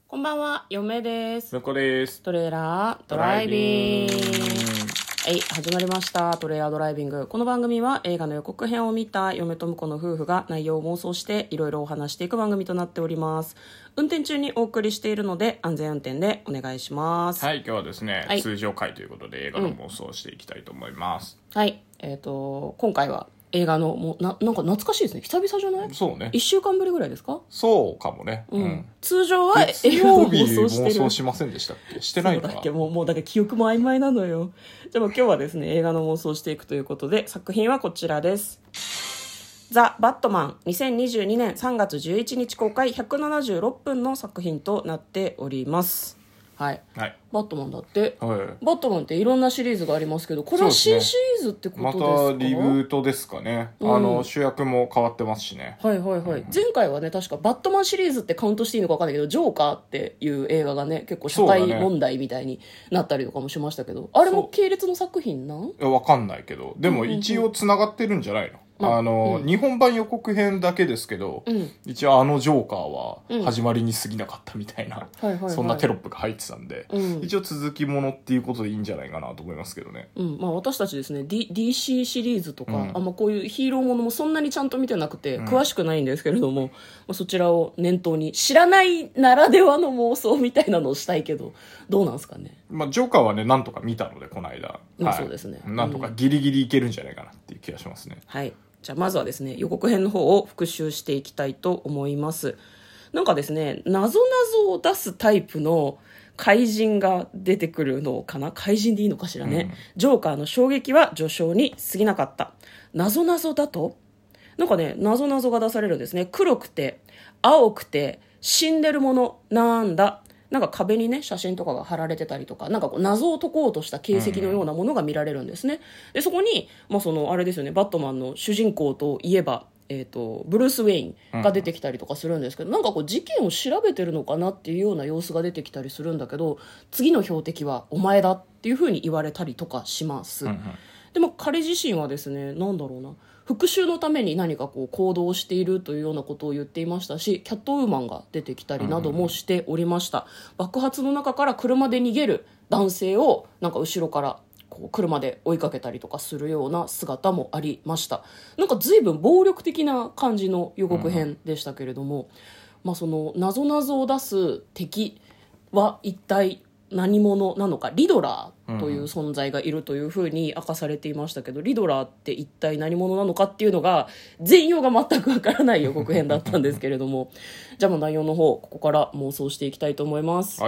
こんばんは、嫁です。 向こうです。 トレーラードライビング。はい、始まりました。トレーラードライビング。この番組は映画の予告編を見た嫁と婿の夫婦が内容を妄想していろいろお話していく番組となっております。運転中にお送りしているので安全運転でお願いします。 はい、今日はですね、 はい通常回ということで映画の妄想をしていきたいと思います。 はい、今回は映画のなんか懐かしいですね。久々じゃない？ そうね。 1週間ぶりぐらいですか？ そうかもね。 通常は月映画の曜日妄想してる。 妄想しませんでしたっけ？してないのかそうだっけ？もうだから記憶も曖昧なのよ。じゃあもう今日はですね、映画の妄想をしていくということで、作品はこちらです。ザ・バットマン2022年3月11日公開176分の作品となっております。はい。 はい。 バットマンだって、 はい。 バットマンっていろんなシリーズがありますけど、これは新シリーズってことですか？ またリブートですかね。主役も変わってますしね。 はいはいはい。前回はね、確かバットマンシリーズってカウントしていいのか分かんないけど、ジョーカーっていう映画がね、結構社会問題みたいになったりとかもしましたけど、あれも系列の作品なん？ いや、わかんないけど、でも一応繋がってるんじゃないの？日本版予告編だけですけど、一応ジョーカーは始まりに過ぎなかったみたいな、そんなテロップが入ってたんで、一応続きものっていうことでいいんじゃないかなと思いますけどね。 まあ私たちですね、DC シリーズとか、あんまこういうヒーローものもそんなにちゃんと見てなくて、詳しくないんですけれども、まあ、そちらを念頭に、知らないならではの妄想みたいなのをしたいけど、どうなんですかね。 まあ、ジョーカーはね、なんとか見たので、この間。 まあそうですね。 なんとかギリギリいけるんじゃないかなっていう気がしますね。 はい。じゃあまずはですね、予告編の方を復習していきたいと思います。なんかですね、謎々を出すタイプの怪人が出てくるのかな？怪人でいいのかしらね。ジョーカーの衝撃は序章に過ぎなかった。謎々だとなんかね、謎々が出されるんですね。黒くて、青くて、死んでるもの、なんだ。なんか壁にね、写真とかが貼られてたりとか、なんかこう謎を解こうとした形跡のようなものが見られるんですね。で、そこに、まああれですよね、バットマンの主人公といえば、ブルース・ウェインが出てきたりとかするんですけど、なんかこう事件を調べてるのかなっていうような様子が出てきたりするんだけど、次の標的はお前だっていうふうに言われたりとかします。でも彼自身はですね、なんだろうな、復讐のために何かこう行動しているというようなことを言っていましたし、キャットウーマンが出てきたりなどもしておりました。爆発の中から車で逃げる男性をなんか後ろからこう車で追いかけたりとかするような姿もありました。なんか随分暴力的な感じの予告編でしたけれども、まあその謎々を出す敵は一体何者なのか。リドラーという存在がいるというふうに明かされていましたけど、リドラーって一体何者なのかっていうのが全容が全くわからない予告編だったんですけれどもじゃあもう内容の方ここから妄想していきたいと思います。 はい。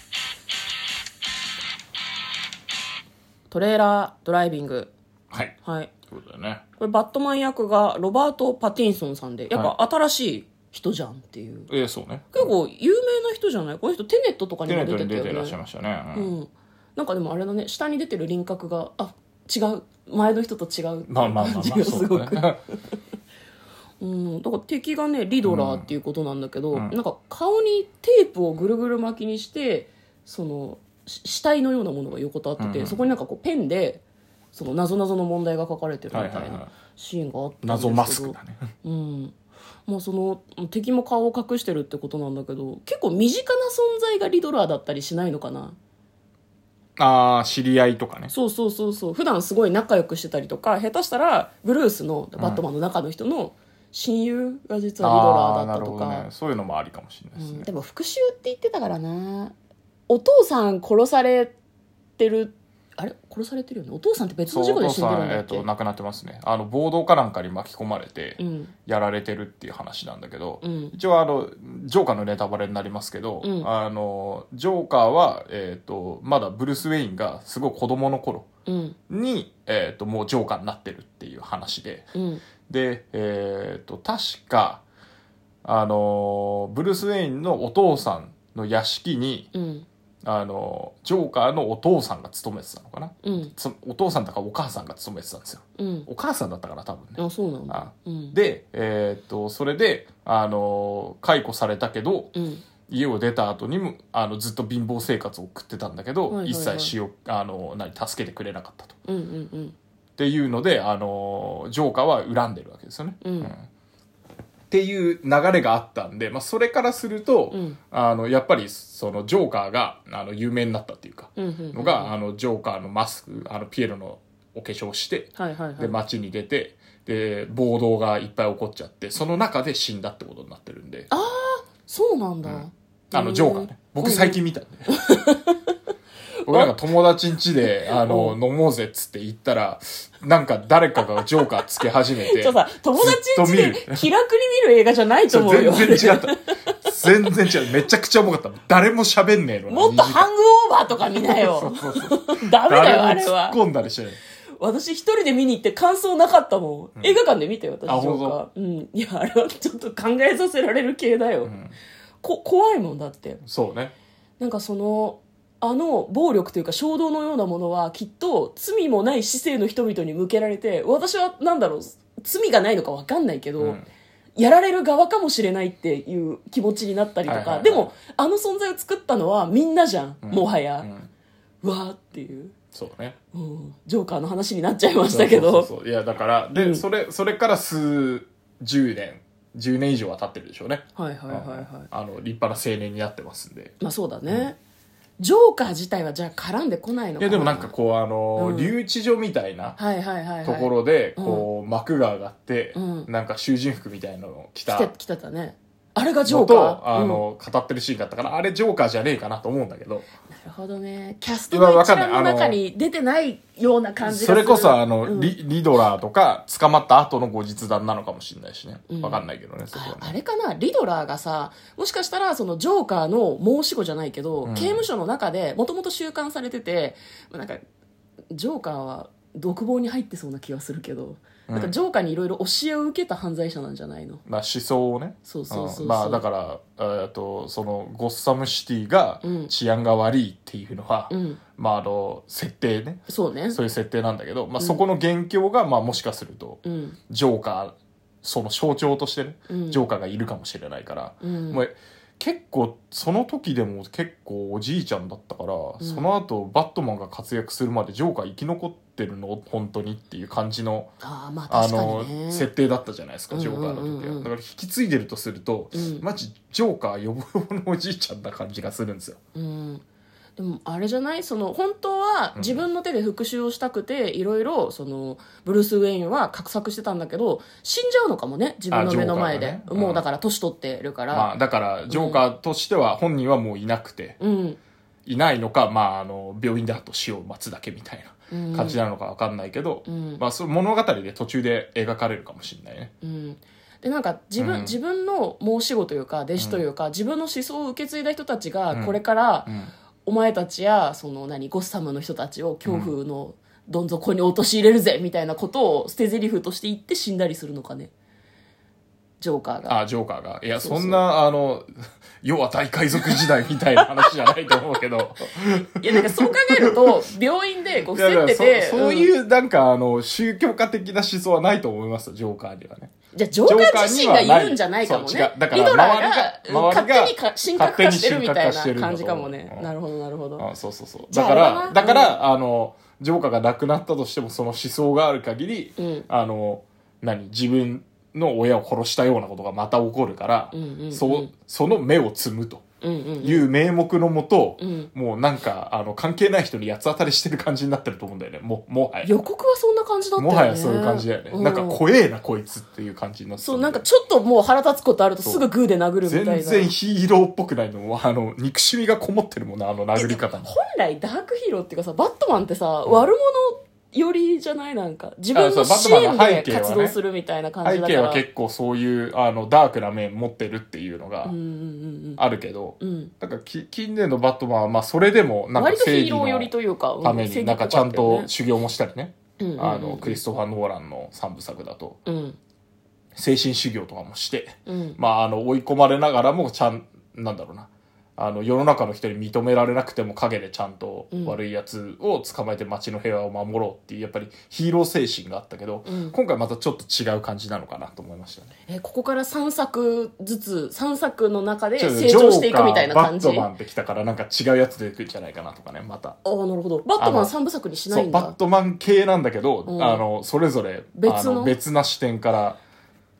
トレーラードライビング。 はい。 はい。 そうだよね。 これバットマン役がロバート・パティンソンさんで、やっぱ新しい人じゃんっていう。 そうね。 結構有名な人じゃない？この人テネットとかにテネットも出てたよね。 に出てらっしゃいましたね。 なんかでもあれだね、下に出てる輪郭が違う、前の人と違うまあまあまあ感じまあ、 がすごく、 そうだね。 だから敵がねリドラーっていうことなんだけど、なんか顔にテープをぐるぐる巻きにしてその死体のようなものが横たわってて、そこになんかこうペンでその謎々の問題が書かれてるみたいなシーンがあったんですけど、 謎マスクだね。 まあ、その敵も顔を隠してるってことなんだけど、結構身近な存在がリドラーだったりしないのかな。 知り合いとかね。 そうそうそうそう、普段すごい仲良くしてたりとか、下手したらブルースのバットマンの中の人の親友が実はリドラーだったとか、 ね、そういうのもありかもしれないですね。 でも復讐って言ってたからな。お父さん殺されてる、あれ殺されてるよね。お父さんって別の事故で死んでるんだっけ？ 亡くなってますね。暴動かなんかに巻き込まれてやられてるっていう話なんだけど、一応ジョーカーのネタバレになりますけど、ジョーカーはまだブルース・ウェインがすごい子供の頃にもうジョーカーになってるっていう話で、で確かブルース・ウェインのお父さんの屋敷に、ジョーカーのお父さんが勤めてたのかな、お父さんだかお母さんが勤めてたんですよ、お母さんだったから多分ね。 あ、そうなんだ。 で、それで解雇されたけど、家を出た後にもずっと貧乏生活を送ってたんだけど、一切助けてくれなかったと、っていうのでジョーカーは恨んでるわけですよね、っっていう流れがあったんで、まあ、それからすると、やっぱりそのジョーカーが有名になったっていうか、のがジョーカーのマスクピエロのお化粧をして、で街に出て、で暴動がいっぱい起こっちゃって、その中で死んだってことになってるんで。 ああ、そうなんだ。 ジョーカーね。僕最近見たんで。僕なんか友達ん家で、飲もうぜっつって言ったら、なんか誰かがジョーカーつけ始めて。 友達ん家で気楽に見る映画じゃないと思うよ。 全然違った。全然違う。めちゃくちゃ重かった。誰も喋んねえの。 もっとハングオーバーとか見なよ。ダメだよ、あれは。 突っ込んだりして。 私一人で見に行って感想なかったもん。映画館で見てよ、私、ジョーカー。いや、あれはちょっと考えさせられる系だよ。怖いもんだって。 そうね。 なんか暴力というか衝動のようなものはきっと罪もない市政の人々に向けられて、私は罪がないのか分かんないけど、やられる側かもしれないっていう気持ちになったりとか、でも存在を作ったのはみんなじゃん、もはや、うわーっていう。 そうね、 ジョーカーの話になっちゃいましたけど。 そういやだからで、それから10年以上は経ってるでしょうね。立派な青年になってますんで。 まあそうだね、ジョーカー自体はじゃあ絡んでこないのかな。 いやでもなんか留置所みたいなところで幕が上がって、なんか囚人服みたいなのを着たね。あれがジョーカー語ってるシーンだったから、あれジョーカーじゃねえかなと思うんだけど。 なるほどね。キャストの一覧の中に出てないような感じがする。 それこそリドラーとか捕まった後の後日談なのかもしれないしね。わかんないけどね、そこはね。 あれかな、リドラーがさ、もしかしたらそのジョーカーの申し子じゃないけど、刑務所の中でもともと収監されてて、なんかジョーカーは独房に入ってそうな気がするけど、なんかジョーカーにいろいろ教えを受けた犯罪者なんじゃないの。 まあ思想をね。 そうまあだからそのゴッサムシティが治安が悪いっていうのは、まあ設定ね。 そうね。 そういう設定なんだけど、まあそこの元凶がまあもしかすると、ジョーカーその象徴としてね、ジョーカーがいるかもしれないから、もう結構その時でも結構おじいちゃんだったから、その後バットマンが活躍するまでジョーカー生き残ってるの本当にっていう感じの設定だったじゃないですか、ジョーカーの時は。だから引き継いでるとすると、マジジョーカーヨボヨボのおじいちゃんな感じがするんですよ。 でもあれじゃない、本当は自分の手で復讐をしたくて、いろいろブルース・ウェインは画策してたんだけど、死んじゃうのかもね、自分の目の前で、もうだから年取ってるから、 だからジョーカーとしては本人はもういなくて、いないのか、病院であと死を待つだけみたいな感じなのか分かんないけど、その物語で途中で描かれるかもしれないね。 でなんか自分の申し子というか弟子というか、自分の思想を受け継いだ人たちがこれから、お前たちやゴッサムの人たちを恐怖のどん底に陥れるぜみたいなことを捨て台詞として言って死んだりするのかね、ジョーカーが。 ジョーカーが。いや、そんな要は大海賊時代みたいな話じゃないと思うけど。 いや、なんかそう考えると、病院で伏せってて。 そういうなんか宗教家的な思想はないと思いますよ、ジョーカーにはね。 じゃあ、ジョーカー自身が言うんじゃないかもね。だからリドラーが勝手に神格化してるみたいな感じかもね。なるほど、なるほど。 そう。だから、ジョーカーが亡くなったとしても、その思想がある限り、自分の親を殺したようなことがまた起こるから、その目を摘むという名目のもと、もうなんか関係ない人に八つ当たりしてる感じになってると思うんだよね。もはや予告はそんな感じだったよね。 もはやそういう感じだよね、なんか怖えなこいつっていう感じになって。 そう、なんかちょっともう腹立つことあるとすぐグーで殴るみたいな。 全然ヒーローっぽくないの。憎しみがこもってるもんな、殴り方に。 本来ダークヒーローっていうかさ、バットマンってさ、悪者よりじゃない、なんか自分の支援で活動するみたいな感じだから。 背景は結構そういうダークな面持ってるっていうのがあるけど、だから近年のバットマンはそれでもなんか正義のためになんかちゃんと修行もしたりね、クリストファー・ノーランの3部作だと、精神修行とかもして、追い込まれながらもなんだろうな、世の中の人に認められなくても陰でちゃんと悪いやつを捕まえて街の平和を守ろうっていうやっぱりヒーロー精神があったけど、今回またちょっと違う感じなのかなと思いましたね。 ここから3作ずつ3作の中で成長していくみたいな感じ。 バットマンってきたからなんか違うやつ出てくるんじゃないかなとかね、また。 なるほど。バットマン3部作にしないんだ。 そう、バットマン系なんだけど、それぞれ別な視点から。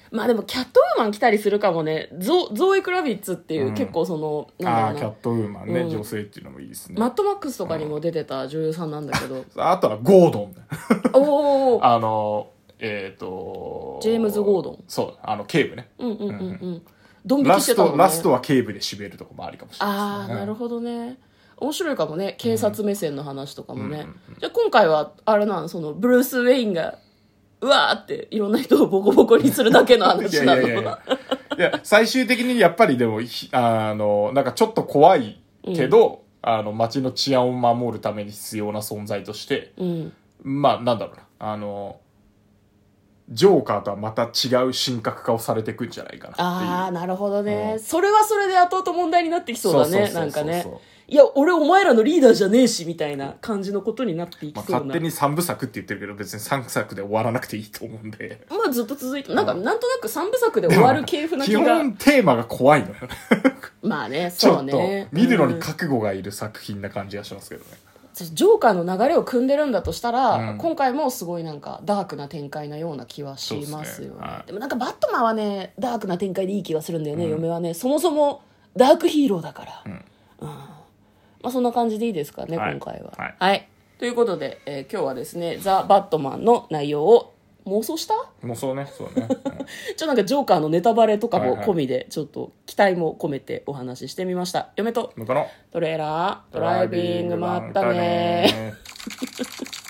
まあでもキャットウーマン来たりするかもね。ゾーエ・クラビッツっていう、結構その、 なんだろうな。キャットウーマンね、女性っていうのもいいですね。 マッドマックスとかにも出てた女優さんなんだけど。 あとはゴードン。 おお。 ジェームズ・ゴードン。 そう、警部ね。 ドン引きしてたもんね。 ラストは警部で締めるとこもありかもしれないですね。 ああ、なるほどね。面白いかもね。警察目線の話とかもね。じゃあ今回は、あれその、ブルース・ウェインが、うわーっていろんな人をボコボコにするだけの話なの。 いや、最終的にやっぱりでも、なんかちょっと怖いけど、街の治安を守るために必要な存在として、まあ、なんだろうな、ジョーカーとはまた違う神格化をされていくんじゃないかなっていう。 ああ、なるほどね、それはそれで後々問題になってきそうだね。なんかね。いや、俺お前らのリーダーじゃねえし、みたいな感じのことになっていきそうな。 勝手に3部作って言ってるけど、別に3部作で終わらなくていいと思うんで。 まあずっと続いて、なんとなく3部作で終わる系譜な気が。 基本テーマが怖いのよね。 まあね、そうね。 ちょっと、見るのに覚悟がいる作品な感じがしますけどね。 ジョーカーの流れを組んでるんだとしたら、今回もすごいなんかダークな展開なような気はしますよね。でもなんかバットマンはね、ダークな展開でいい気がするんだよね、嫁はね。そもそもダークヒーローだから。まあそんな感じでいいですかね、今回は。はい。ということで、今日はですね、ザ・バットマンの内容を妄想した妄想ね、そうね。 なんかジョーカーのネタバレとかも込みで、ちょっと期待も込めてお話ししてみました。嫁と向こうのトレーラードライビング、まったね